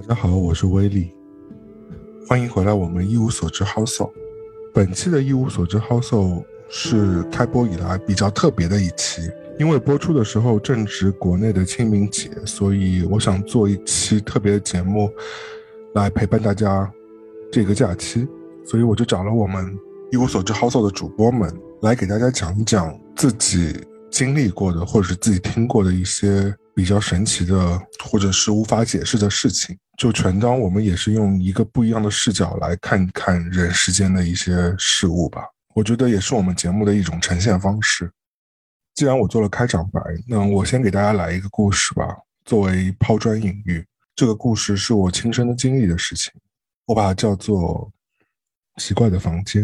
大家好，我是威利，欢迎回来我们一无所知 Household。本期的一无所知 Household 是开播以来比较特别的一期，因为播出的时候正值国内的清明节，所以我想做一期特别的节目来陪伴大家这个假期，所以我就找了我们一无所知 Household 的主播们来给大家讲一讲自己经历过的或者是自己听过的一些比较神奇的或者是无法解释的事情，就全当我们也是用一个不一样的视角来看看人世间的一些事物吧。我觉得也是我们节目的一种呈现方式。既然我做了开场白，那我先给大家来一个故事吧，作为抛砖引玉。这个故事是我亲身的经历的事情，我把它叫做奇怪的房间。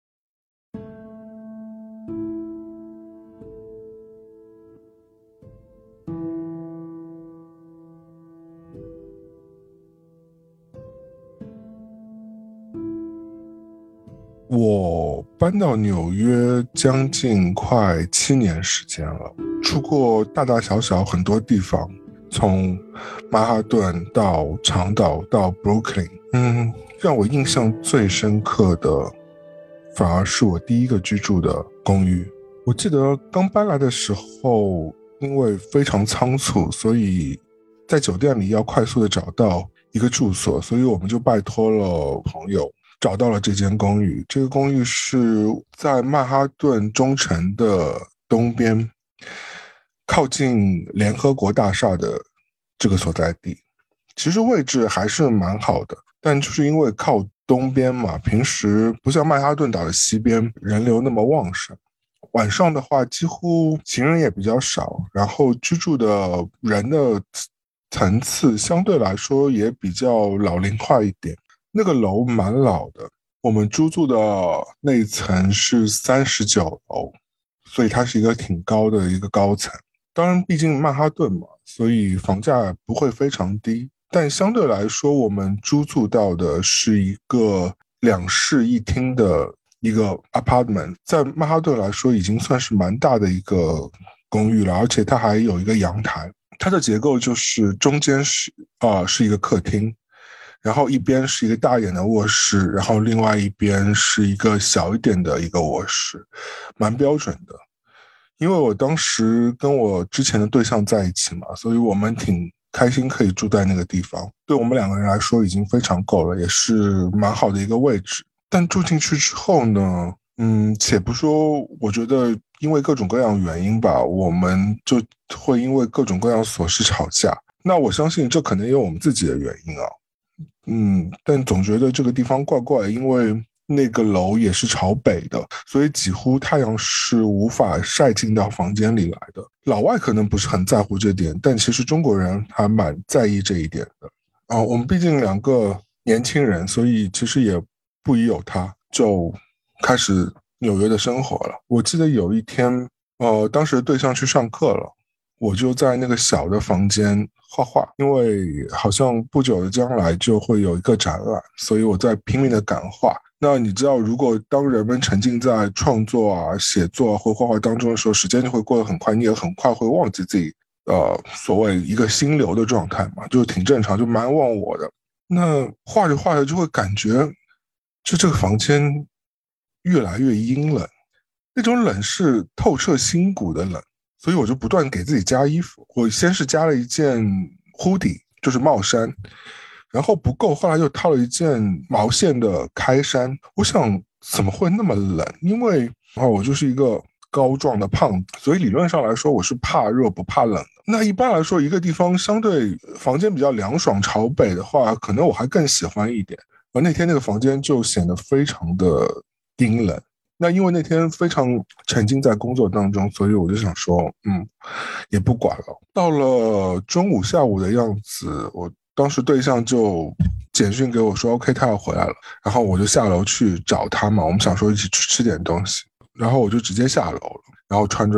我搬到纽约将近快7年时间了，住过大大小小很多地方，从曼哈顿到长岛到 Brooklyn。让我印象最深刻的反而是我第一个居住的公寓。我记得刚搬来的时候，因为非常仓促，所以在酒店里要快速的找到一个住所，所以我们就拜托了朋友找到了这间公寓。这个公寓是在曼哈顿中城的东边，靠近联合国大厦的这个所在地。其实位置还是蛮好的，但就是因为靠东边嘛，平时不像曼哈顿岛的西边人流那么旺盛，晚上的话几乎行人也比较少，然后居住的人的层次相对来说也比较老龄化一点。那个楼蛮老的，我们租住的那一层是39楼，所以它是一个挺高的一个高层。当然毕竟曼哈顿嘛，所以房价不会非常低，但相对来说我们租住到的是一个2室1厅的一个 apartment， 在曼哈顿来说已经算是蛮大的一个公寓了，而且它还有一个阳台。它的结构就是中间是一个客厅，然后一边是一个大一点的卧室，然后另外一边是一个小一点的一个卧室，蛮标准的。因为我当时跟我之前的对象在一起嘛，所以我们挺开心可以住在那个地方，对我们2个人来说已经非常够了，也是蛮好的一个位置。但住进去之后呢，且不说，我觉得因为各种各样原因吧，我们就会因为各种各样琐事吵架。那我相信这可能也有我们自己的原因啊，但总觉得这个地方怪怪，因为那个楼也是朝北的，所以几乎太阳是无法晒进到房间里来的。老外可能不是很在乎这点，但其实中国人还蛮在意这一点的。我们毕竟2个年轻人，所以其实也不疑有他，就开始纽约的生活了。我记得有一天，当时对象去上课了，我就在那个小的房间画画，因为好像不久的将来就会有一个展览，所以我在拼命的赶画。那你知道，如果当人们沉浸在创作啊、写作啊或画画当中的时候，时间就会过得很快，你也很快会忘记自己所谓一个心流的状态嘛，就挺正常，就蛮忘我的。那画着画着就会感觉，就这个房间越来越阴冷，那种冷是透彻心骨的冷。所以我就不断给自己加衣服。我先是加了一件 hoodie， 就是帽衫，然后不够，后来又套了一件毛线的开衫。我想怎么会那么冷？因为我就是一个高壮的胖子，所以理论上来说我是怕热不怕冷的。那一般来说，一个地方相对房间比较凉爽朝北的话，可能我还更喜欢一点。而那天那个房间就显得非常的阴冷。那因为那天非常沉浸在工作当中，所以我就想说，也不管了。到了中午下午的样子，我当时对象就简讯给我说 OK 他要回来了，然后我就下楼去找他嘛，我们想说一起去吃点东西，然后我就直接下楼了，然后穿着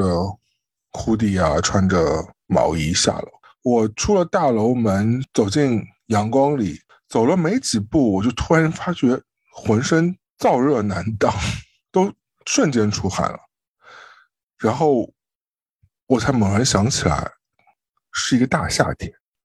hoodie啊，穿着毛衣下楼。我出了大楼门，走进阳光里，走了没几步，我就突然发觉浑身燥热难当，都瞬间出汗了。然后我才猛然想起来，是一个大夏天。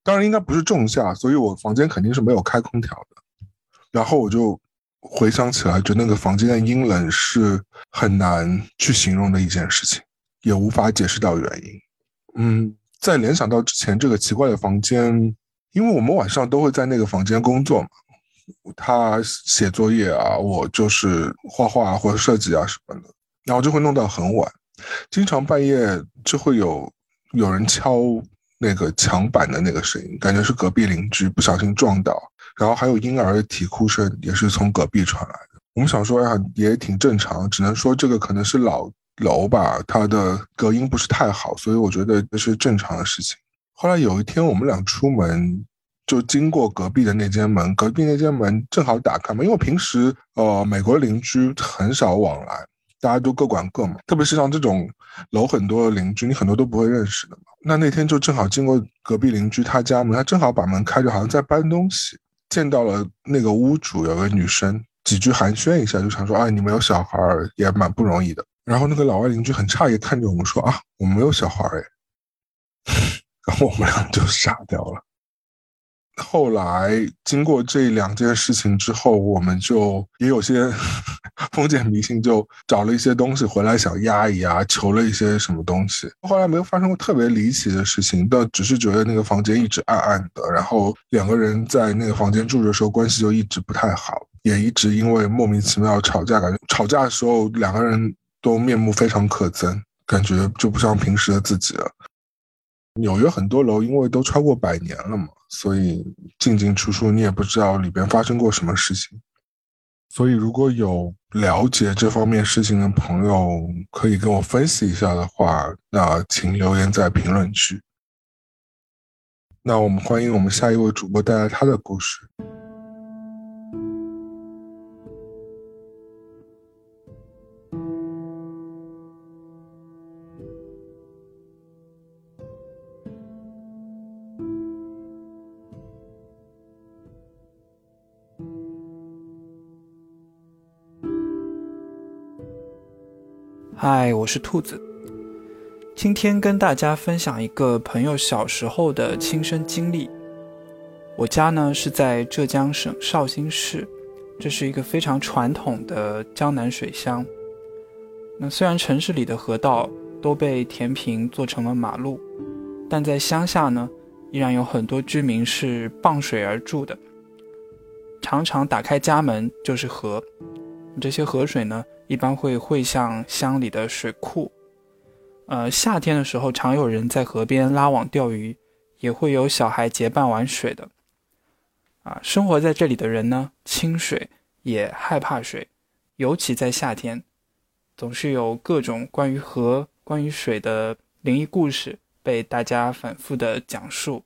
当然应该不是仲夏，所以我房间肯定是没有开空调的。然后我就回想起来，就那个房间的阴冷是很难去形容的一件事情，也无法解释到原因。再联想到之前这个奇怪的房间，因为我们晚上都会在那个房间工作嘛，他写作业啊，我就是画画啊或者设计啊什么的，然后就会弄到很晚，经常半夜就会有人敲那个墙板的那个声音，感觉是隔壁邻居不小心撞到，然后还有婴儿的啼哭声也是从隔壁传来的。我们想说呀，也挺正常，只能说这个可能是老楼吧，它的隔音不是太好，所以我觉得这是正常的事情。后来有一天我们俩出门，就经过隔壁的那间门，隔壁那间门正好打开嘛，因为平时美国邻居很少往来，大家都各管各嘛，特别是像这种楼很多的邻居，你很多都不会认识的嘛。那天就正好经过隔壁邻居他家门，他正好把门开着，好像在搬东西，见到了那个屋主有个女生，几句寒暄一下，就想说你们有小孩也蛮不容易的。然后那个老外邻居很诧异看着我们说我们没有小孩然后我们俩就傻掉了。后来经过这两件事情之后，我们就也有些封建迷信，就找了一些东西回来想压一压，求了一些什么东西。后来没有发生过特别离奇的事情，但只是觉得那个房间一直暗暗的，然后两个人在那个房间住的时候关系就一直不太好，也一直因为莫名其妙吵架，感觉吵架的时候两个人都面目非常可憎，感觉就不像平时的自己了。纽约很多楼因为都超过100年了嘛，所以进进出出你也不知道里边发生过什么事情。所以如果有了解这方面事情的朋友可以跟我分析一下的话，那请留言在评论区。那我们欢迎我们下一位主播带来他的故事。 嗨，我是兔子。今天跟大家分享一个朋友小时候的亲身经历。我家呢是在浙江省绍兴市，这是一个非常传统的江南水乡。那虽然城市里的河道都被填平做成了马路，但在乡下呢，依然有很多居民是傍水而住的。常常打开家门就是河，这些河水呢一般会汇向乡里的水库。夏天的时候常有人在河边拉网钓鱼，也会有小孩结伴玩水的。生活在这里的人呢，亲水也害怕水，尤其在夏天，总是有各种关于河、关于水的灵异故事被大家反复的讲述。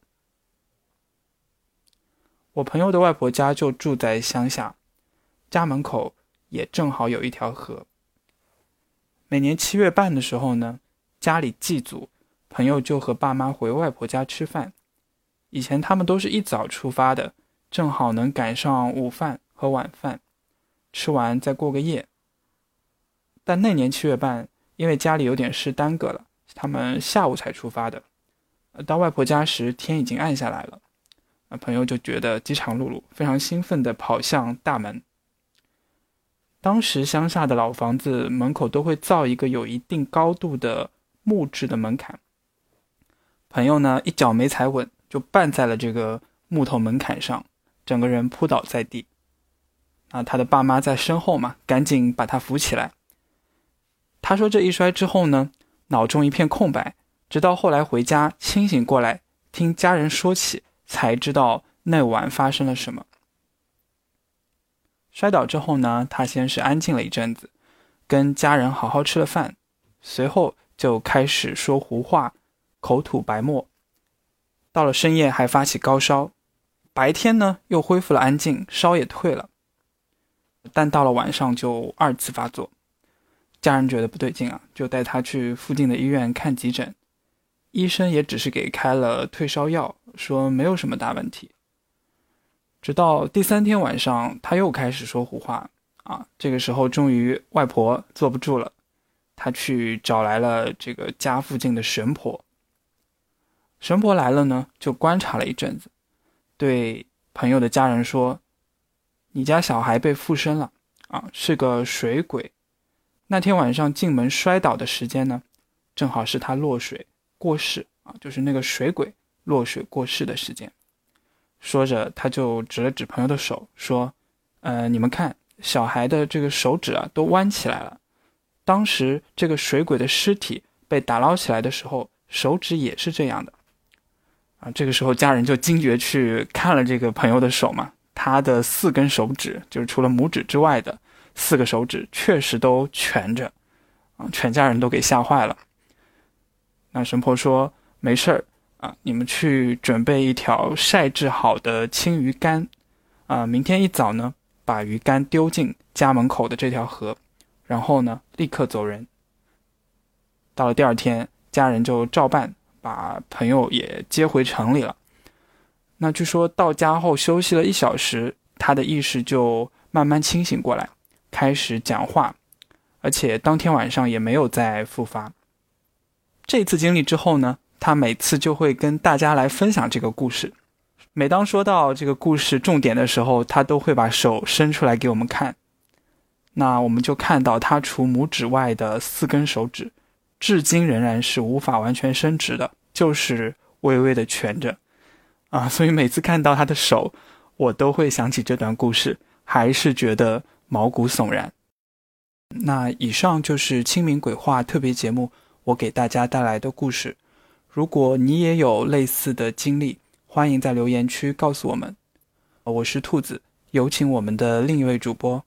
我朋友的外婆家就住在乡下，家门口也正好有一条河。每年7月半的时候呢，家里祭祖，朋友就和爸妈回外婆家吃饭。以前他们都是一早出发的，正好能赶上午饭和晚饭，吃完再过个夜。但那年7月半，因为家里有点事耽搁了，他们下午才出发的。到外婆家时，天已经暗下来了。朋友就觉得饥肠辘辘，非常兴奋地跑向大门。当时乡下的老房子门口都会造一个有一定高度的木质的门槛，朋友呢一脚没踩稳，就绊在了这个木头门槛上，整个人扑倒在地。他的爸妈在身后嘛，赶紧把他扶起来。他说这一摔之后呢，脑中一片空白，直到后来回家清醒过来，听家人说起，才知道那晚发生了什么。摔倒之后呢，他先是安静了一阵子，跟家人好好吃了饭，随后就开始说胡话，口吐白沫。到了深夜还发起高烧，白天呢又恢复了安静，烧也退了。但到了晚上就2次发作，家人觉得不对劲就带他去附近的医院看急诊。医生也只是给开了退烧药，说没有什么大问题。直到第3天晚上，他又开始说胡话这个时候终于外婆坐不住了，他去找来了这个家附近的神婆。 神婆来了呢，就观察了一阵子，对朋友的家人说：“你家小孩被附身了啊，是个水鬼。那天晚上进门摔倒的时间呢，正好是他落水过世啊，就是那个水鬼落水过世的时间。”说着，他就指了指朋友的手，说：“你们看，小孩的这个手指啊，都弯起来了。当时这个水鬼的尸体被打捞起来的时候，手指也是这样的。”啊，这个时候家人就惊觉去看了这个朋友的手嘛，他的4根手指，就是除了拇指之外的4个手指，确实都蜷着，啊，全家人都给吓坏了。那神婆说：“没事儿啊，你们去准备一条晒制好的青鱼干，啊，明天一早呢，把鱼干丢进家门口的这条河，然后呢，立刻走人。”到了第2天，家人就照办，把朋友也接回城里了。那据说到家后休息了1小时，他的意识就慢慢清醒过来，开始讲话，而且当天晚上也没有再复发。这次经历之后呢，他每次就会跟大家来分享这个故事。每当说到这个故事重点的时候，他都会把手伸出来给我们看。那我们就看到他除拇指外的4根手指，至今仍然是无法完全伸直的，就是微微的蜷着啊。所以每次看到他的手，我都会想起这段故事，还是觉得毛骨悚然。那以上就是清明鬼话特别节目我给大家带来的故事。如果你也有类似的经历，欢迎在留言区告诉我们。我是兔子，有请我们的另一位主播。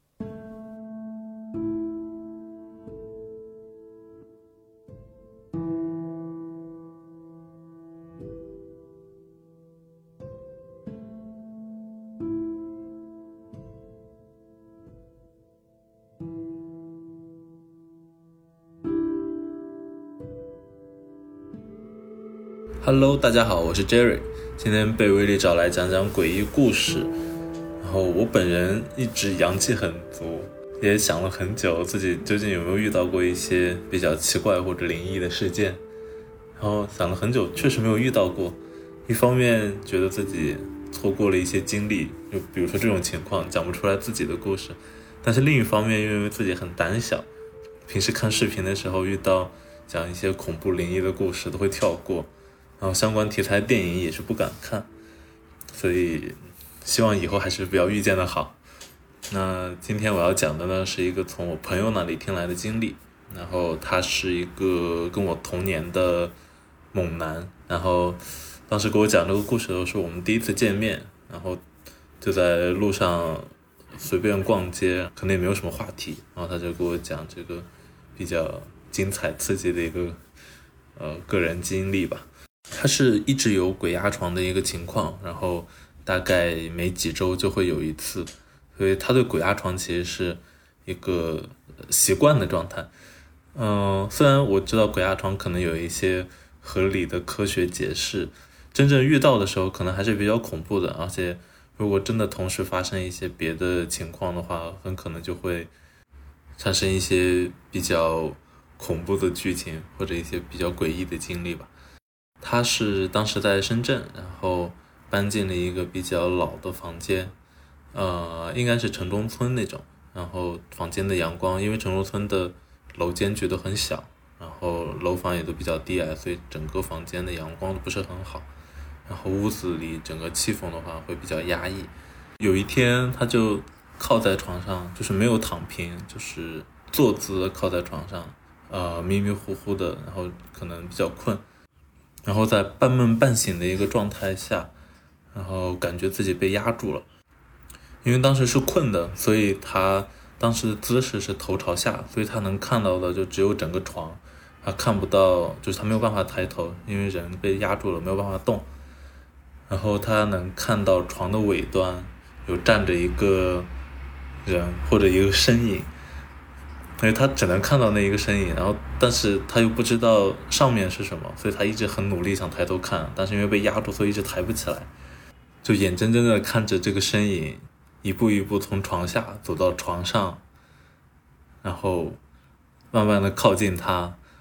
Hello， 大家好，我是 Jerry， 今天被威力找来讲讲诡异故事。然后我本人一直阳气很足，也想了很久自己究竟有没有遇到过一些比较奇怪或者灵异的事件。然后想了很久，确实没有遇到过。一方面觉得自己错过了一些经历，就比如说这种情况讲不出来自己的故事，但是另一方面又因为自己很胆小，平时看视频的时候遇到讲一些恐怖灵异的故事都会跳过，然后相关题材电影也是不敢看，所以希望以后还是不要遇见的好。那今天我要讲的呢，是一个从我朋友那里听来的经历。然后他是一个跟我同年的猛男，然后当时给我讲这个故事的时候是我们第一次见面，然后就在路上随便逛街，可能也没有什么话题，然后他就给我讲这个比较精彩刺激的一个个人经历吧。他是一直有鬼压床的一个情况，然后大概每几周就会有一次，所以他对鬼压床其实是一个习惯的状态。虽然我知道鬼压床可能有一些合理的科学解释，真正遇到的时候可能还是比较恐怖的，而且如果真的同时发生一些别的情况的话，很可能就会产生一些比较恐怖的剧情或者一些比较诡异的经历吧。他是当时在深圳，然后搬进了一个比较老的房间，应该是城中村那种，然后房间的阳光，因为城中村的楼间距都很小，然后楼房也都比较低矮，所以整个房间的阳光都不是很好，然后屋子里整个气氛的话会比较压抑。有一天他就靠在床上，就是没有躺平，就是坐姿靠在床上，迷迷糊糊的，然后可能比较困，然后在半梦半醒的一个状态下，然后感觉自己被压住了。因为当时是困的，所以他当时的姿势是头朝下，所以他能看到的就只有整个床，他看不到，就是他没有办法抬头，因为人被压住了，没有办法动。然后他能看到床的尾端有站着一个人或者一个身影，所以他只能看到那一个身影，然后但是他又不知道上面是什么，所以他一直很努力想抬头看，但是因为被压住，所以一直抬不起来，就眼睁睁的看着这个身影一步一步从床下走到床上，然后慢慢的靠近他，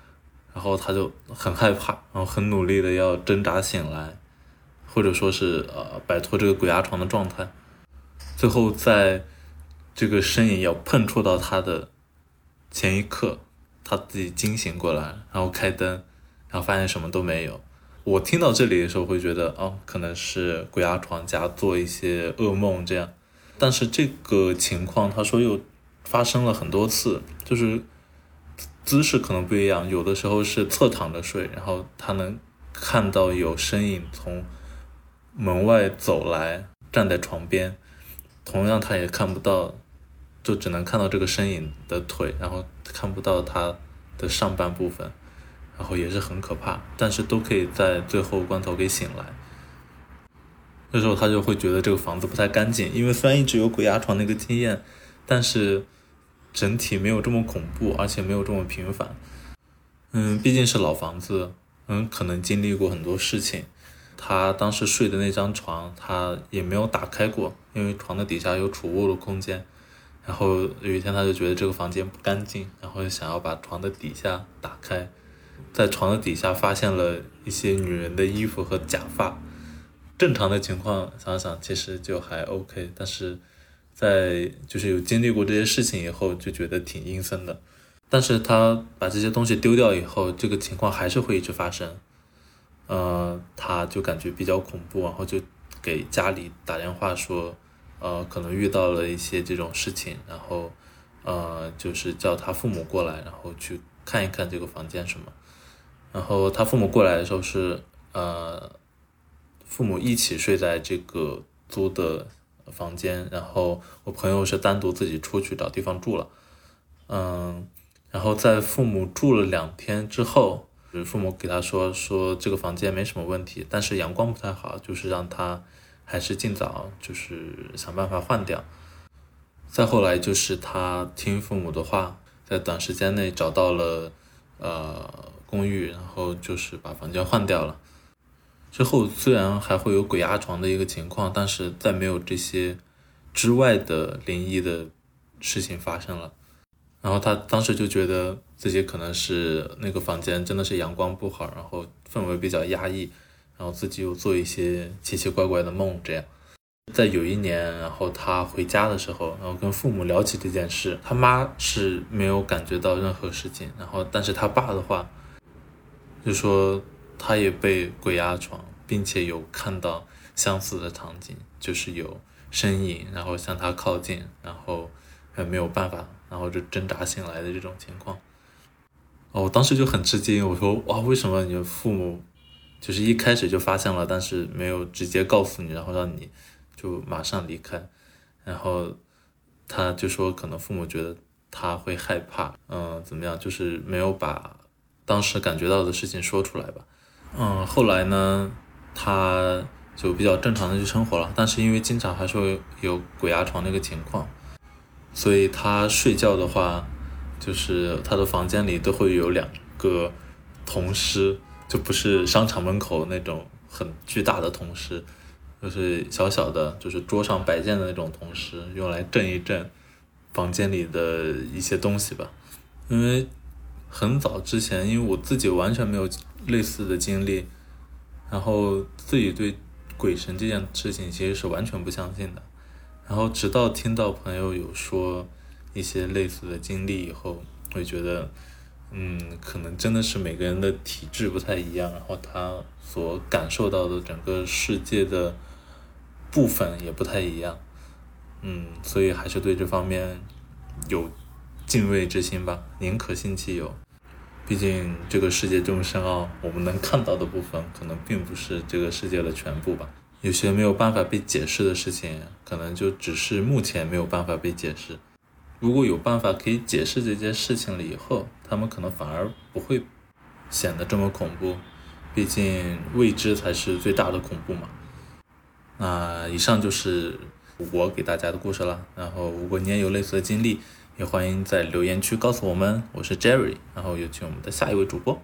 然后他就很害怕，然后很努力的要挣扎醒来，或者说是摆脱这个鬼压床的状态。最后在这个身影要碰触到他的前一刻，他自己惊醒过来，然后开灯，然后发现什么都没有。我听到这里的时候会觉得可能是鬼压床加做一些噩梦这样。但是这个情况他说又发生了很多次，就是姿势可能不一样，有的时候是侧躺着睡，然后他能看到有身影从门外走来，站在床边，同样他也看不到，就只能看到这个身影的腿，然后看不到他的上半部分，然后也是很可怕，但是都可以在最后关头给醒来。这时候他就会觉得这个房子不太干净，因为虽然一直有鬼压床那个经验，但是整体没有这么恐怖，而且没有这么频繁。毕竟是老房子，可能经历过很多事情。他当时睡的那张床他也没有打开过，因为床的底下有储物的空间。然后有一天他就觉得这个房间不干净，然后就想要把床的底下打开，在床的底下发现了一些女人的衣服和假发。正常的情况想想其实就还 OK， 但是在就是有经历过这些事情以后就觉得挺阴森的。但是他把这些东西丢掉以后，这个情况还是会一直发生。他就感觉比较恐怖，然后就给家里打电话说可能遇到了一些这种事情，然后就是叫他父母过来，然后去看一看这个房间什么。然后他父母过来的时候是父母一起睡在这个租的房间，然后我朋友是单独自己出去找地方住了。然后在父母住了2天之后，父母给他说这个房间没什么问题，但是阳光不太好，就是让他还是尽早就是想办法换掉。再后来就是他听父母的话，在短时间内找到了公寓，然后就是把房间换掉了。之后虽然还会有鬼压床的一个情况，但是再没有这些之外的灵异的事情发生了。然后他当时就觉得自己可能是那个房间真的是阳光不好，然后氛围比较压抑，然后自己又做一些奇奇怪怪的梦这样。在有一年，然后他回家的时候，然后跟父母聊起这件事，他妈是没有感觉到任何事情，然后但是他爸的话就说他也被鬼压床，并且有看到相似的场景，就是有身影然后向他靠近，然后没有办法，然后就挣扎醒来的这种情况。我当时就很吃惊，我说哇，为什么你的父母就是一开始就发现了，但是没有直接告诉你，然后让你就马上离开。然后他就说可能父母觉得他会害怕，怎么样，就是没有把当时感觉到的事情说出来吧。后来呢他就比较正常的去生活了，但是因为经常还是会有鬼压床那个情况，所以他睡觉的话，就是他的房间里都会有2个铜狮，就不是商场门口那种很巨大的铜狮，就是小小的，就是桌上摆件的那种铜狮，用来镇一镇房间里的一些东西吧。因为很早之前，因为我自己完全没有类似的经历，然后自己对鬼神这件事情其实是完全不相信的。然后直到听到朋友有说一些类似的经历以后，会觉得可能真的是每个人的体质不太一样，然后他所感受到的整个世界的部分也不太一样。所以还是对这方面有敬畏之心吧，宁可信其有。毕竟这个世界这么深奥，我们能看到的部分可能并不是这个世界的全部吧。有些没有办法被解释的事情，可能就只是目前没有办法被解释。如果有办法可以解释这件事情了以后，他们可能反而不会显得这么恐怖。毕竟未知才是最大的恐怖嘛。那以上就是我给大家的故事了。然后如果你也有类似的经历，也欢迎在留言区告诉我们。我是 Jerry， 然后有请我们的下一位主播。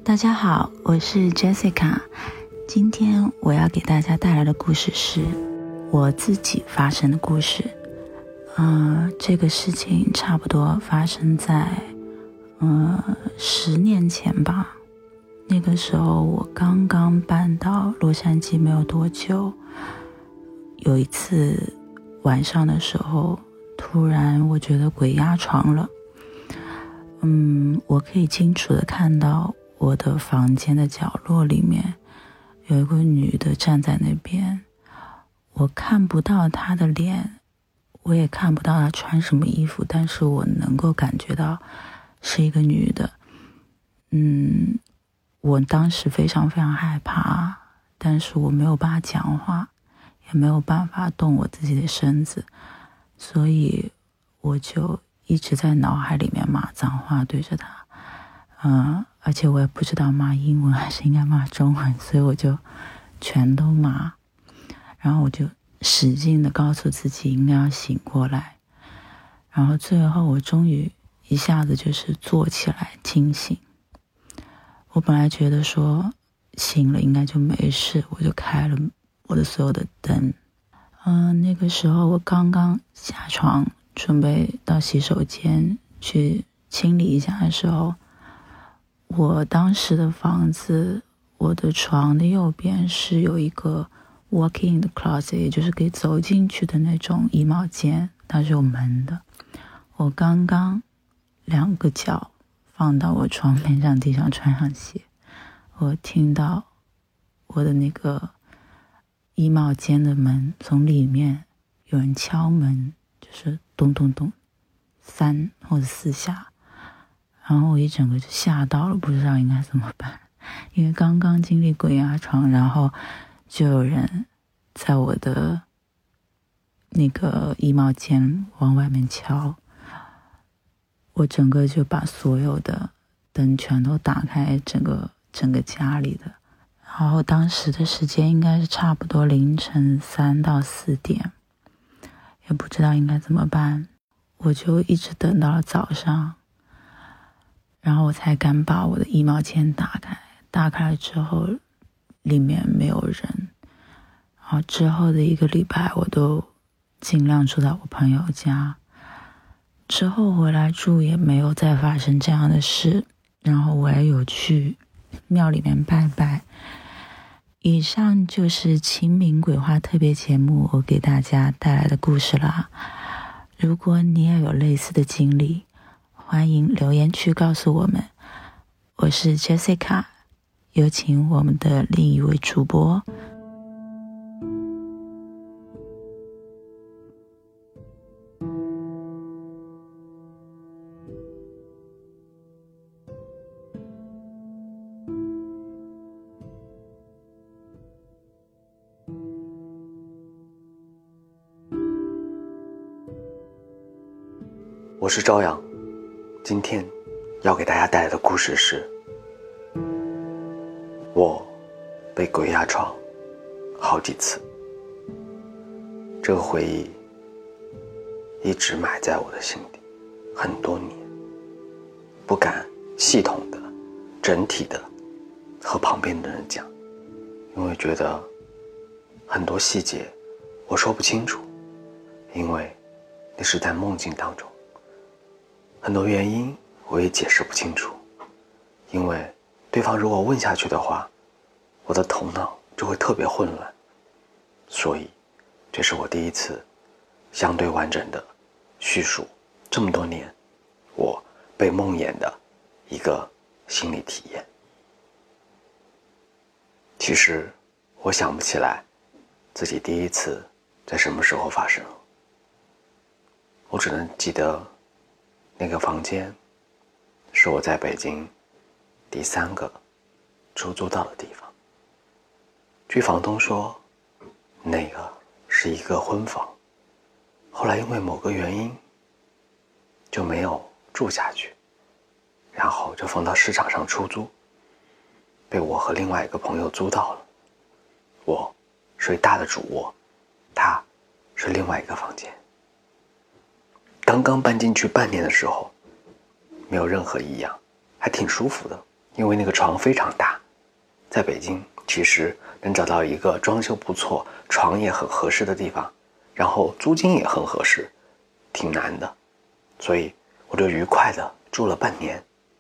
大家好，我是 Jessica。今天我要给大家带来的故事是我自己发生的故事。这个事情差不多发生在10年前吧。那个时候我刚刚搬到洛杉矶没有多久，有一次晚上的时候，突然我觉得鬼压床了。我可以清楚的看到我的房间的角落里面有一个女的站在那边，我看不到她的脸，我也看不到她穿什么衣服，但是我能够感觉到是一个女的。我当时非常非常害怕，但是我没有办法讲话，也没有办法动我自己的身子，所以我就一直在脑海里面骂脏话对着她。而且我也不知道骂英文还是应该骂中文，所以我就全都骂。然后我就使劲的告诉自己应该要醒过来，然后最后我终于一下子就是坐起来清醒。我本来觉得说醒了应该就没事，我就开了我的所有的灯。那个时候我刚刚下床准备到洗手间去清理一下的时候，我当时的房子，我的床的右边是有一个 walk-in 的 closet， 也就是可以走进去的那种衣帽间，它是有门的。我刚刚2个脚放到我床边上地上穿上鞋，我听到我的那个衣帽间的门从里面有人敲门，就是咚咚咚3或者4下，然后我一整个就吓到了，不知道应该怎么办，因为刚刚经历鬼压床，然后就有人在我的那个衣帽间往外面敲，我整个就把所有的灯全都打开，整个家里的。然后当时的时间应该是差不多凌晨3到4点，也不知道应该怎么办，我就一直等到了早上，然后我才敢把我的衣帽间打开。打开了之后里面没有人，然后之后的1个礼拜我都尽量住在我朋友家，之后回来住也没有再发生这样的事，然后我也有去庙里面拜拜。以上就是清明鬼话特别节目我给大家带来的故事啦。如果你也有类似的经历，欢迎留言区告诉我们。我是 Jessica， 有请我们的另一位主播。 我是朝阳，今天要给大家带来的故事是我被鬼压床好几次。这个回忆一直埋在我的心底很多年，不敢系统的整体的和旁边的人讲，因为觉得很多细节我说不清楚，因为那是在梦境当中，很多原因我也解释不清楚，因为对方如果问下去的话，我的头脑就会特别混乱，所以这是我第一次相对完整的叙述这么多年我被梦魇的一个心理体验。其实我想不起来自己第一次在什么时候发生了，我只能记得那个房间是我在北京第3个出租到的地方。据房东说，那个是一个婚房，后来因为某个原因就没有住下去，然后就放到市场上出租，被我和另外一个朋友租到了。我睡大的主卧，他是另外一个房间。刚刚搬进去半年的时候，没有任何异样，还挺舒服的， 因为那个床非常大，在北京其实能找到一个装修不错、床也很合适的地方，然后租金也很合适，挺难的，所以我就愉快的住了半年。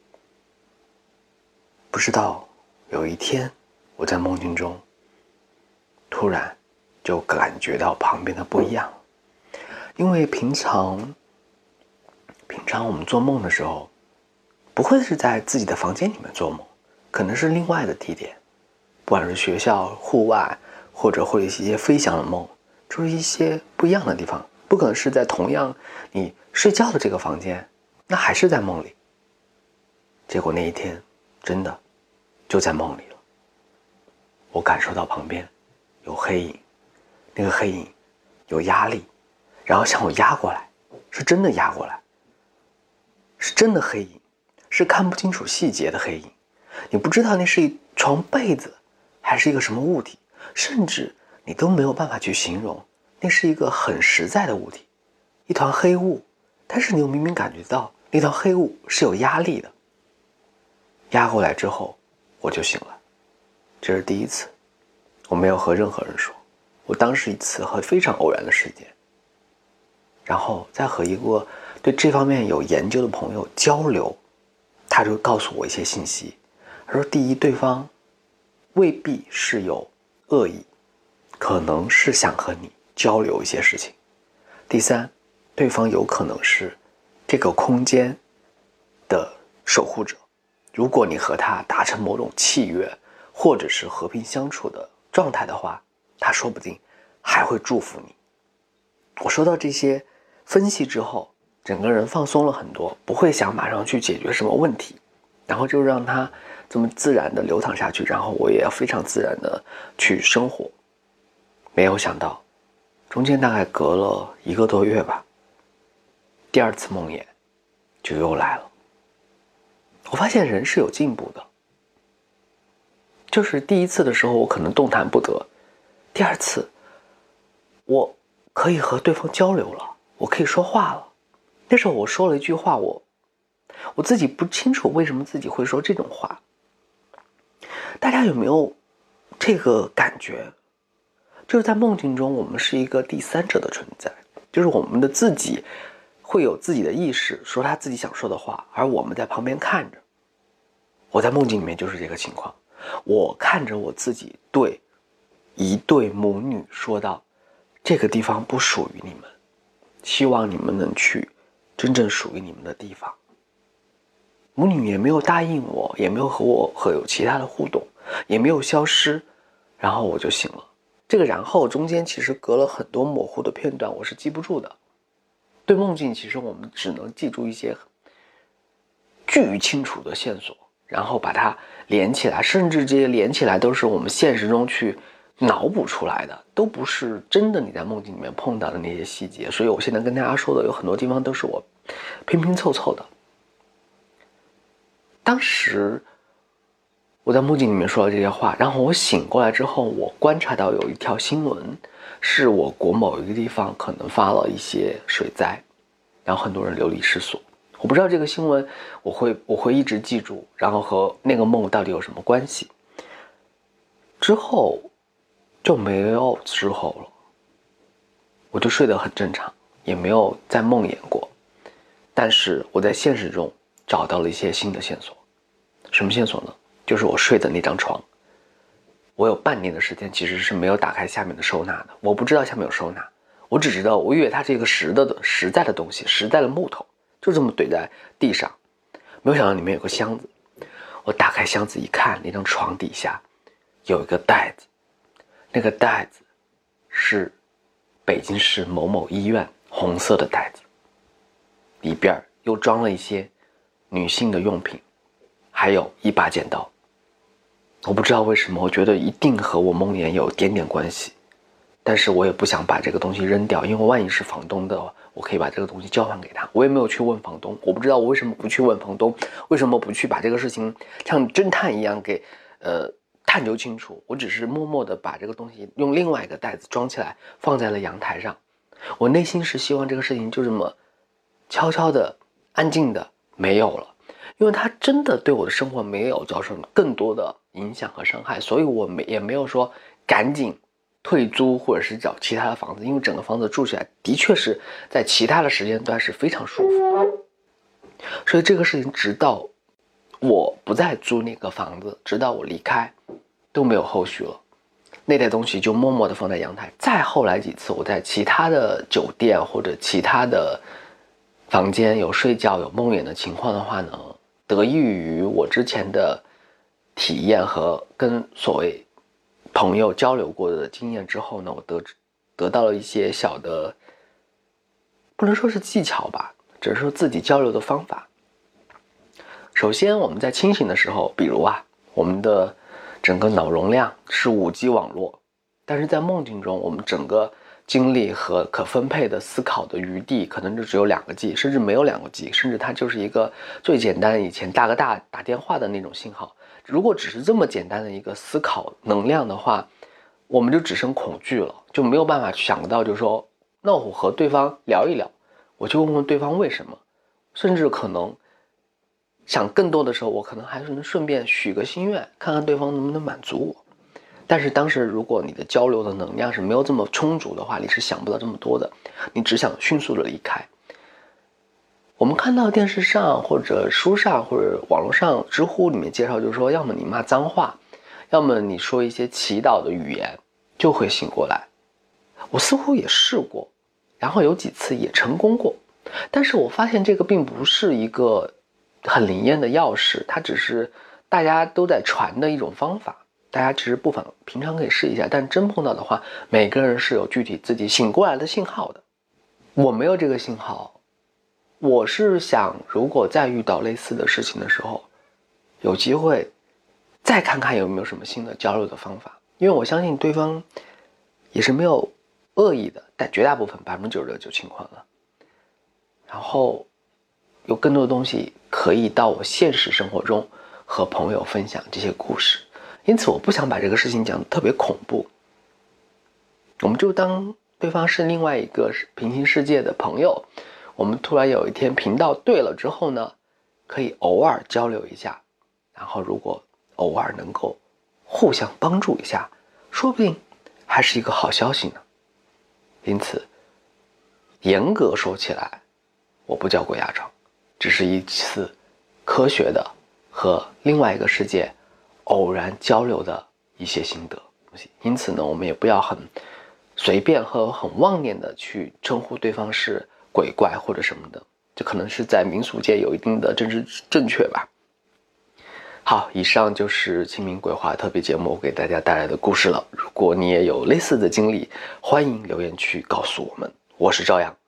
不知道有一天我在梦境中突然就感觉到旁边的不一样，因为平常我们做梦的时候不会是在自己的房间里面做梦，可能是另外的地点，不管是学校、户外，或者会有一些飞翔的梦，就是一些不一样的地方，不可能是在同样你睡觉的这个房间，那还是在梦里。结果那一天真的就在梦里了，我感受到旁边有黑影，那个黑影有压力，然后向我压过来，是真的压过来，是真的黑影，是看不清楚细节的黑影，你不知道那是一床被子还是一个什么物体，甚至你都没有办法去形容，那是一个很实在的物体，一团黑雾，但是你又明明感觉到那团黑雾是有压力的。压过来之后我就醒了，这是第一次，我没有和任何人说，我当时一次和非常偶然的事件，然后再和一个对这方面有研究的朋友交流，他就告诉我一些信息。他说，第一，对方未必是有恶意，可能是想和你交流一些事情。第三，对方有可能是这个空间的守护者，如果你和他达成某种契约，或者是和平相处的状态的话，他说不定还会祝福你。我收到这些分析之后，整个人放松了很多，不会想马上去解决什么问题，然后就让它这么自然的流淌下去，然后我也要非常自然的去生活。没有想到中间大概隔了1个多月吧，第二次梦魇就又来了。我发现人是有进步的，就是第一次的时候我可能动弹不得，第二次我可以和对方交流了，我可以说话了。那时候我说了一句话，我自己不清楚为什么自己会说这种话。大家有没有这个感觉，就是在梦境中我们是一个第三者的存在，就是我们的自己会有自己的意识，说他自己想说的话，而我们在旁边看着。我在梦境里面就是这个情况，我看着我自己对一对母女说道，这个地方不属于你们，希望你们能去真正属于你们的地方。母女也没有答应我，也没有和我有其他的互动，也没有消失，然后我就醒了。这个然后中间其实隔了很多模糊的片段，我是记不住的。对梦境其实我们只能记住一些巨清楚的线索，然后把它连起来，甚至这些连起来都是我们现实中去脑补出来的，都不是真的你在梦境里面碰到的那些细节。所以我现在跟大家说的有很多地方都是我拼拼凑凑的。当时我在梦境里面说了这些话，然后我醒过来之后，我观察到有一条新闻，是我国某一个地方可能发了一些水灾，然后很多人流离失所。我不知道这个新闻我会一直记住，然后和那个梦到底有什么关系。之后就没有之后了，我就睡得很正常，也没有再梦魇过。但是我在现实中找到了一些新的线索。什么线索呢？就是我睡的那张床，我有半年的时间其实是没有打开下面的收纳的，我不知道下面有收纳，我只知道我以为它是一个实在的东西，实在的木头，就这么怼在地上，没有想到里面有个箱子。我打开箱子一看，那张床底下有一个袋子，那个袋子是北京市某某医院红色的袋子，里边又装了一些女性的用品，还有一把剪刀。我不知道为什么，我觉得一定和我梦魇有点点关系，但是我也不想把这个东西扔掉，因为万一是房东的，我可以把这个东西交还给他。我也没有去问房东，我不知道我为什么不去问房东，为什么不去把这个事情像侦探一样给探究清楚。我只是默默的把这个东西用另外一个袋子装起来，放在了阳台上。我内心是希望这个事情就这么悄悄的安静的没有了， 因为它真的对我的生活没有造成更多的影响和伤害，所以我也没有说赶紧退租或者是找其他的房子，因为整个房子住起来的确是在其他的时间段是非常舒服。所以这个事情直到我不再租那个房子，直到我离开都没有后续了，那袋东西就默默地放在阳台。再后来几次我在其他的酒店或者其他的房间有睡觉有梦魇的情况的话呢，得益于我之前的体验和跟所谓朋友交流过的经验之后呢，我得到了一些小的，不能说是技巧吧，只是说自己交流的方法。首先我们在清醒的时候，比如我们的整个脑容量是5G 网络，但是在梦境中我们整个精力和可分配的思考的余地可能就只有2个 G， 甚至没有2个 G， 甚至它就是一个最简单的以前大哥大打电话的那种信号。如果只是这么简单的一个思考能量的话，我们就只剩恐惧了，就没有办法想到就是说，那我和对方聊一聊，我就问问对方为什么，甚至可能想更多的时候，我可能还是能顺便许个心愿，看看对方能不能满足我。但是当时如果你的交流的能量是没有这么充足的话，你是想不到这么多的，你只想迅速的离开。我们看到电视上或者书上或者网络上知乎里面介绍，就是说要么你骂脏话，要么你说一些祈祷的语言就会醒过来。我似乎也试过，然后有几次也成功过，但是我发现这个并不是一个很灵验的钥匙，它只是大家都在传的一种方法，大家其实不妨平常可以试一下，但真碰到的话，每个人是有具体自己醒过来的信号的。我没有这个信号，我是想如果再遇到类似的事情的时候，有机会再看看有没有什么新的交流的方法，因为我相信对方也是没有恶意的，但绝大部分99%情况了。然后有更多的东西可以到我现实生活中和朋友分享这些故事，因此我不想把这个事情讲得特别恐怖，我们就当对方是另外一个平行世界的朋友，我们突然有一天频道对了之后呢，可以偶尔交流一下，然后如果偶尔能够互相帮助一下，说不定还是一个好消息呢。因此严格说起来，我不叫鬼压床，只是一次科学的和另外一个世界偶然交流的一些心得东西。因此呢，我们也不要很随便和很妄念的去称呼对方是鬼怪或者什么的，这可能是在民俗界有一定的政治正确吧。好，以上就是清明鬼话特别节目给大家带来的故事了。如果你也有类似的经历，欢迎留言区告诉我们。我是朝阳。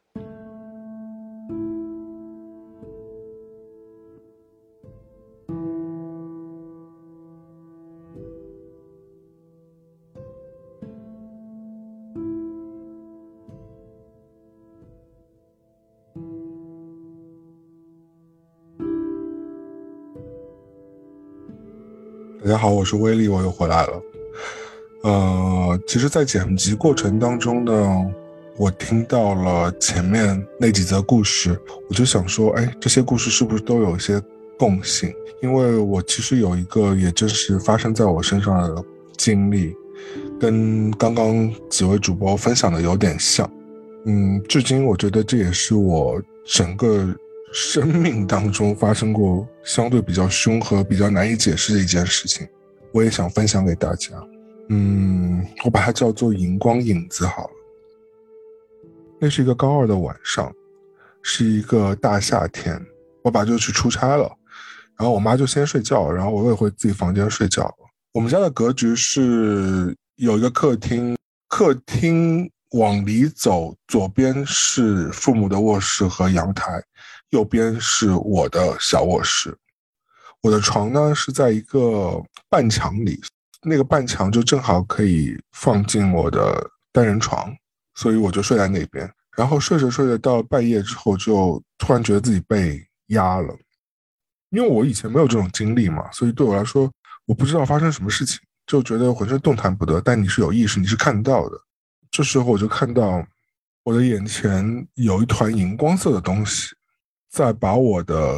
大家好，我是威力，我又回来了。其实在剪辑过程当中呢，我听到了前面那几则故事，我就想说，这些故事是不是都有一些共性？因为我其实有一个也真实发生在我身上的经历，跟刚刚几位主播分享的有点像。至今我觉得这也是我整个生命当中发生过相对比较凶和比较难以解释的一件事情，我也想分享给大家。我把它叫做荧光影子好了。那是一个高2的晚上，是一个大夏天，我爸就去出差了，然后我妈就先睡觉，然后我也回自己房间睡觉了。我们家的格局是有一个客厅，客厅往里走，左边是父母的卧室和阳台，右边是我的小卧室。我的床呢是在一个半墙里，那个半墙就正好可以放进我的单人床，所以我就睡在那边。然后睡着睡着到半夜之后，就突然觉得自己被压了。因为我以前没有这种经历嘛，所以对我来说我不知道发生什么事情，就觉得浑身动弹不得，但你是有意识，你是看到的。这时候我就看到我的眼前有一团荧光色的东西在把我的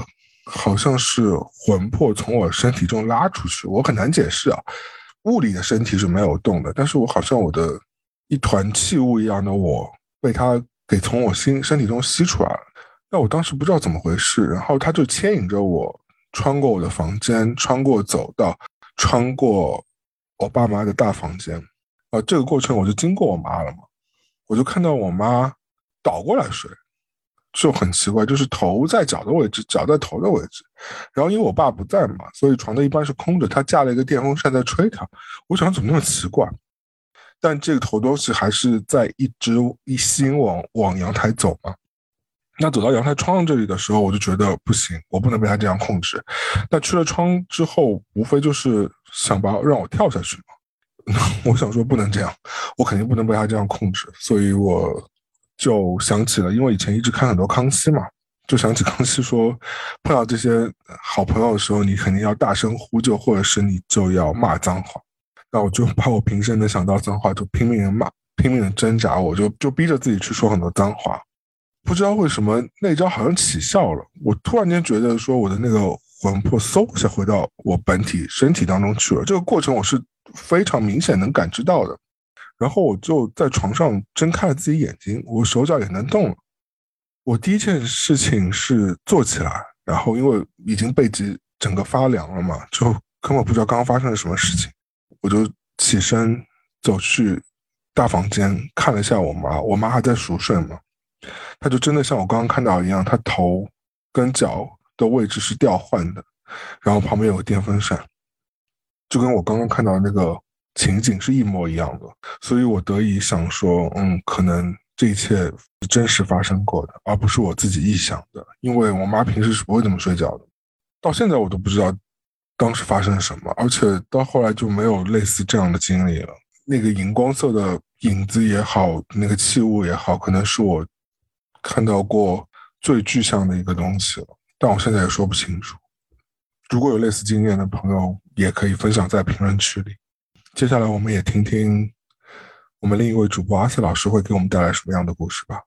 好像是魂魄从我身体中拉出去，我很难解释啊。物理的身体是没有动的，但是我好像我的一团气雾一样的我被它给从我身体中吸出来了。那我当时不知道怎么回事，然后它就牵引着我穿过我的房间，穿过走道，穿过我爸妈的大房间。这个过程我就经过我妈了嘛，我就看到我妈倒过来睡，就很奇怪，就是头在脚的位置，脚在头的位置。然后因为我爸不在嘛，所以床的一般是空着，他架了一个电风扇在吹它。我想怎么那么奇怪，但这个头东西还是在一心往阳台走嘛。那走到阳台窗这里的时候，我就觉得不行，我不能被他这样控制。那去了窗之后，无非就是想让我跳下去嘛。我想说不能这样，我肯定不能被他这样控制，所以我就想起了，因为以前一直看很多康熙嘛，就想起康熙说，碰到这些好朋友的时候，你肯定要大声呼救，或者是你就要骂脏话。那我就把我平时能想到脏话就拼命的骂，拼命的挣扎，我就逼着自己去说很多脏话。不知道为什么那招好像起效了，我突然间觉得说我的那个魂魄嗖一下回到我本体身体当中去了，这个过程我是非常明显能感知到的。然后我就在床上睁开了自己眼睛，我手脚也能动了。我第一件事情是坐起来，然后因为已经背脊整个发凉了嘛，就根本不知道刚刚发生了什么事情，我就起身走去大房间看了一下我妈，我妈还在熟睡嘛，她就真的像我刚刚看到一样，她头跟脚的位置是调换的，然后旁边有个电风扇，就跟我刚刚看到的那个情景是一模一样的。所以我得以想说，可能这一切是真实发生过的，而不是我自己臆想的，因为我妈平时是不会这么睡觉的。到现在我都不知道当时发生了什么，而且到后来就没有类似这样的经历了。那个荧光色的影子也好，那个器物也好，可能是我看到过最具象的一个东西了，但我现在也说不清楚。如果有类似经验的朋友，也可以分享在评论区里。接下来我们也听听我们另一位主播阿瑟老师会给我们带来什么样的故事吧。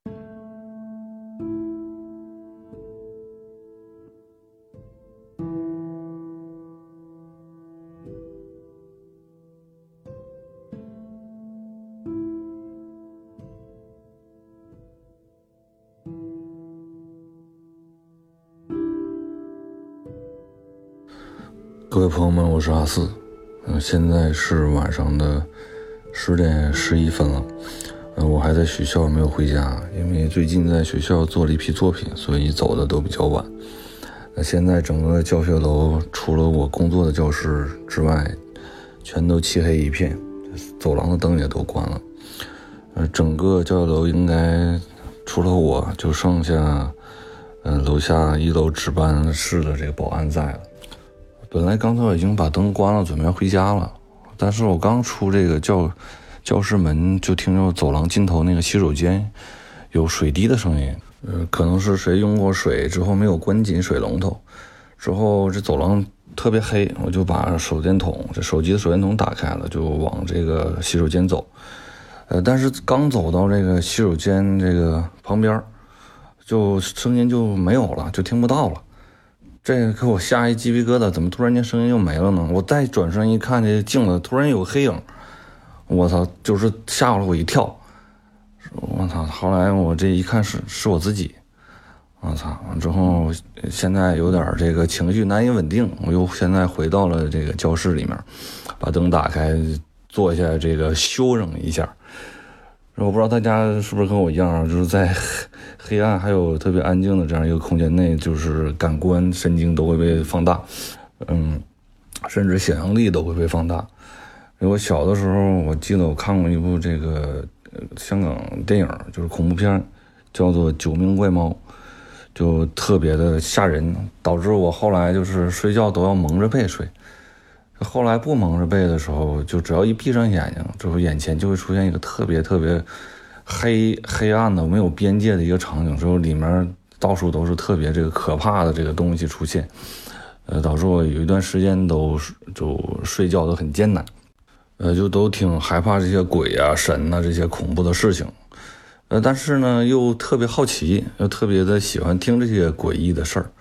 各位朋友们，我是阿四。现在是晚上的10点11分了。我还在学校没有回家，因为最近在学校做了一批作品，所以走的都比较晚。现在整个教学楼除了我工作的教室之外，全都漆黑一片，走廊的灯也都关了。整个教学楼应该除了我就剩下楼下1楼值班室的这个保安在了。本来刚才我已经把灯关了，准备回家了，但是我刚出这个教室门，就听着走廊尽头那个洗手间有水滴的声音。可能是谁用过水之后没有关紧水龙头，之后这走廊特别黑，我就把手机的手电筒打开了，就往这个洗手间走。但是刚走到这个洗手间这个旁边，就声音就没有了，就听不到了。这个给我吓一鸡皮疙瘩，怎么突然间声音又没了呢？我再转身一看，这镜子突然有个黑影，我操，就是吓了我一跳。我操！后来我这一看是我自己，我操！之后现在有点这个情绪难以稳定，我又现在回到了这个教室里面，把灯打开，坐下这个休整一下。我不知道大家是不是跟我一样，就是在黑暗还有特别安静的这样一个空间内，就是感官神经都会被放大，甚至想象力都会被放大。我小的时候，我记得我看过一部这个香港电影，就是恐怖片，叫做《九命怪猫》，就特别的吓人，导致我后来就是睡觉都要蒙着被睡。后来不蒙着被的时候，就只要一闭上眼睛之后，眼前就会出现一个特别特别黑暗的没有边界的一个场景，之后里面到处都是特别这个可怕的这个东西出现，导致我有一段时间就睡觉都很艰难，就都挺害怕这些鬼啊神啊这些恐怖的事情，但是呢又特别好奇，又特别的喜欢听这些诡异的事儿。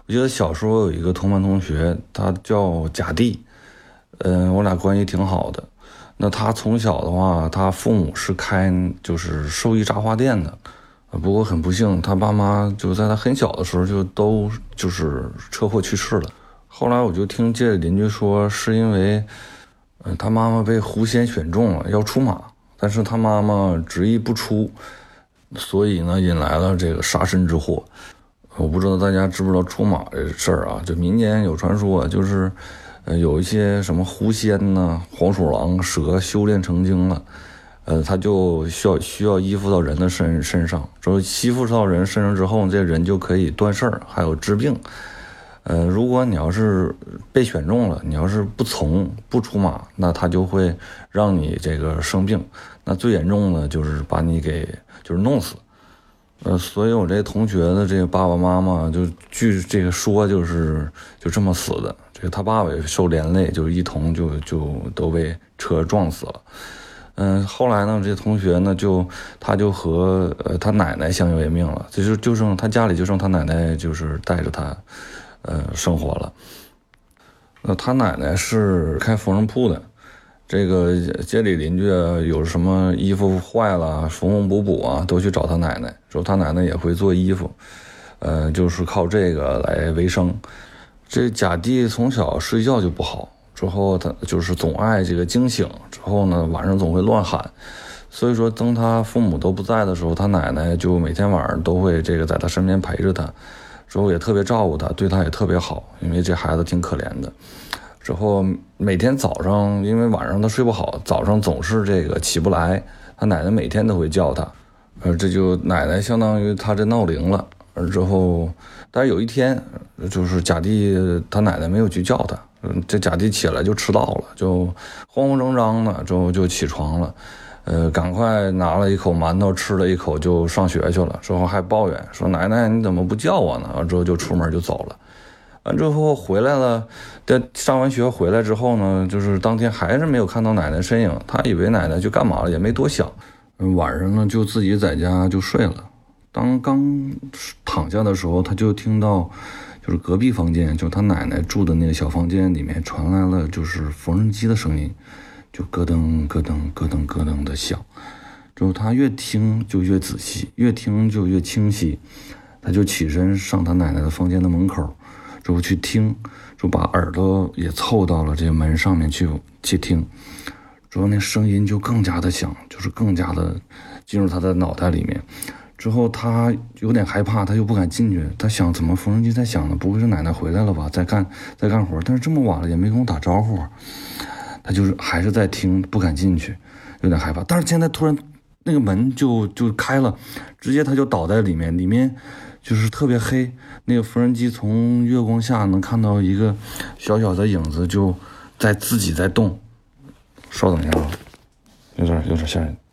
我记得小时候有一个同班同学，他叫贾弟，我俩关系挺好的。那他从小的话，他父母是开就是寿衣扎花店的，不过很不幸，他爸妈就在他很小的时候就都就是车祸去世了。后来我就听街里邻居说，是因为他妈妈被狐仙选中了要出马，但是他妈妈执意不出，所以呢引来了这个杀身之祸。我不知道大家知不知道出马这事儿啊？就民间有传说，就是有一些什么狐仙呢、黄鼠狼、蛇修炼成精了，他就需要依附到人的身上，之后吸附到人身上之后，这人就可以断事儿，还有治病。如果你要是被选中了，你要是不出马，那他就会让你这个生病，那最严重的就是把你给就是弄死。所以我这同学的这个爸爸妈妈就据这个说就这么死的，这个他爸爸也受连累，就一同就都被车撞死了。后来呢，这同学呢他就和他奶奶相依为命了，就剩他家里就剩他奶奶就是带着他生活了。他奶奶是开缝纫铺的，这个街里邻居有什么衣服坏了缝补啊，都去找他奶奶，说他奶奶也会做衣服，就是靠这个来为生。这贾弟从小睡觉就不好，之后他就是总爱这个惊醒，之后呢晚上总会乱喊，所以说当他父母都不在的时候，他奶奶就每天晚上都会这个在他身边陪着他，之后也特别照顾他，对他也特别好，因为这孩子挺可怜的。之后每天早上，因为晚上他睡不好，早上总是这个起不来，他奶奶每天都会叫他，这就奶奶相当于他这闹铃了。之后，但是有一天，就是贾弟他奶奶没有去叫他，这贾弟起来就迟到了，就慌慌张张的，之后就起床了，赶快拿了一口馒头吃了一口就上学去了，之后还抱怨说奶奶你怎么不叫我呢？之后就出门就走了。完之后回来了，上完学回来之后呢，就是当天还是没有看到奶奶身影，他以为奶奶去干嘛了，也没多想。晚上呢就自己在家就睡了。当刚躺下的时候，他就听到就是隔壁房间，就他奶奶住的那个小房间里面传来了就是缝纫机的声音，就咯噔咯噔咯噔咯噔的响。之后他越听就越仔细，越听就越清晰，他就起身上他奶奶的房间的门口，之后去听，就把耳朵也凑到了这个门上面去听，之后那声音就更加的响，就是更加的进入他的脑袋里面。之后他有点害怕，他又不敢进去，他想怎么缝纫机在响呢？不会是奶奶回来了吧？在干活，但是这么晚了也没跟我打招呼，他就是还是在听，不敢进去，有点害怕。但是现在突然那个门就开了，直接他就倒在里面就是特别黑，那个缝纫机从月光下能看到一个小小的影子，就自己在动。稍等一下啊，有点吓人。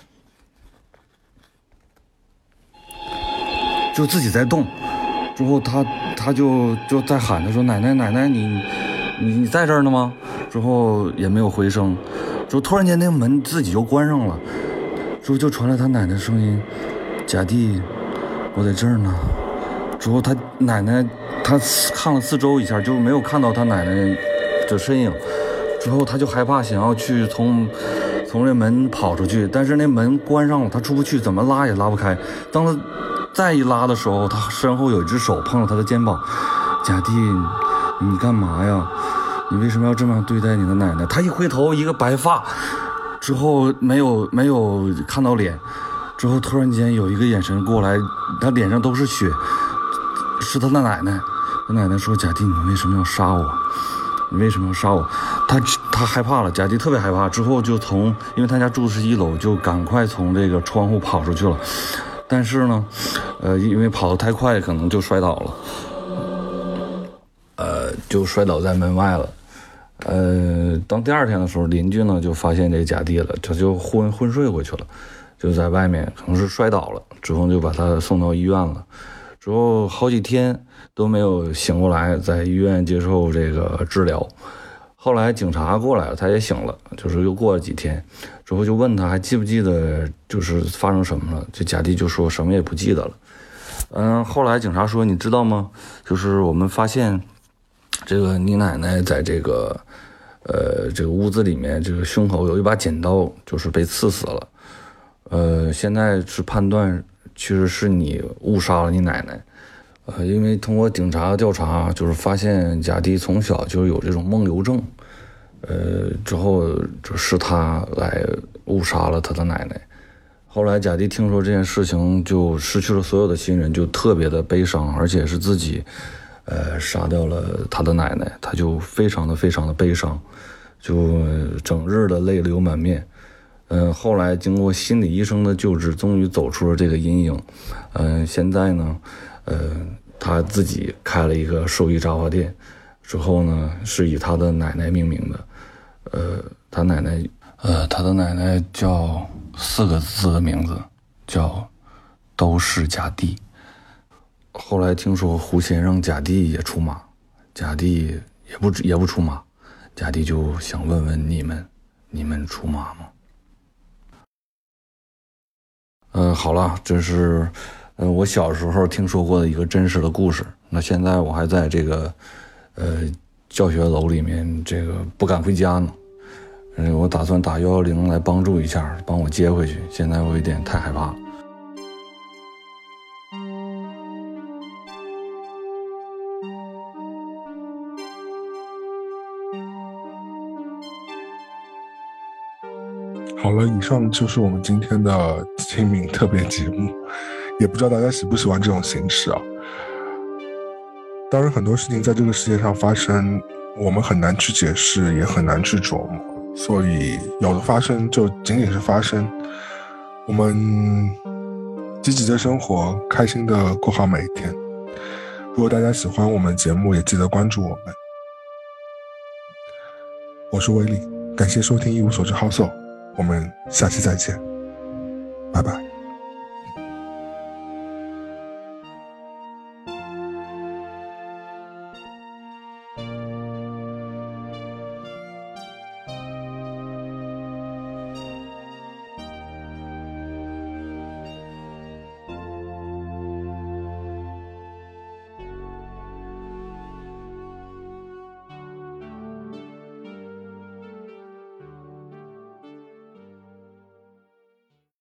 就自己在动，之后他就在喊，他说奶奶你在这儿呢吗？之后也没有回声，之后突然间那个门自己就关上了，之后就传来他奶奶的声音，贾弟我在这儿呢。之后他奶奶他看了四周一下，就没有看到他奶奶的身影，之后他就害怕，想要去从这门跑出去，但是那门关上了，他出不去，怎么拉也拉不开。当他再一拉的时候，他身后有一只手碰了他的肩膀，贾弟你干嘛呀？你为什么要这么对待你的奶奶？他一回头，一个白发，之后没有看到脸，之后突然间有一个眼神过来，他脸上都是血，是他的奶奶。他奶奶说：“贾弟，你为什么要杀我？你为什么要杀我？”他害怕了，贾弟特别害怕，之后就因为他家住的是1楼，就赶快从这个窗户跑出去了。但是呢，因为跑得太快，可能就摔倒了，就摔倒在门外了。当第二天的时候，邻居呢就发现这个贾弟了，他就昏睡过去了，就在外面可能是摔倒了，之后就把他送到医院了。之后好几天都没有醒过来，在医院接受这个治疗。后来警察过来了，他也醒了，就是又过了几天，之后就问他还记不记得就是发生什么了，这贾弟就说什么也不记得了。 后来警察说，你知道吗？就是我们发现这个你奶奶在这个屋子里面，这个胸口有一把剪刀，就是被刺死了。现在是判断其实是你误杀了你奶奶。因为通过警察调查，就是发现贾迪从小就有这种梦游症，之后就是他来误杀了他的奶奶。后来贾迪听说这件事情，就失去了所有的亲人，就特别的悲伤，而且是自己杀掉了他的奶奶，他就非常的悲伤，就整日的泪流满面。后来经过心理医生的救治，终于走出了这个阴影。现在呢，他自己开了一个兽医杂货店，之后呢是以他的奶奶命名的。他的奶奶叫4个字的名字，叫都是贾蒂。后来听说胡先让贾蒂也出马，贾蒂也不出马，贾蒂就想问问你们出马吗？好了，这是我小时候听说过的一个真实的故事。那现在我还在这个教学楼里面，这个不敢回家呢。我打算打110来帮助一下，帮我接回去。现在我有点太害怕了。 好了，以上就是我们今天的清明特别节目，也不知道大家喜不喜欢这种形式啊。当然很多事情在这个世界上发生，我们很难去解释，也很难去琢磨，所以有的发生就仅仅是发生。我们积极的生活，开心的过好每一天。如果大家喜欢我们的节目，也记得关注我们。我是威利，感谢收听一无所知好手，我们下期再见，拜拜。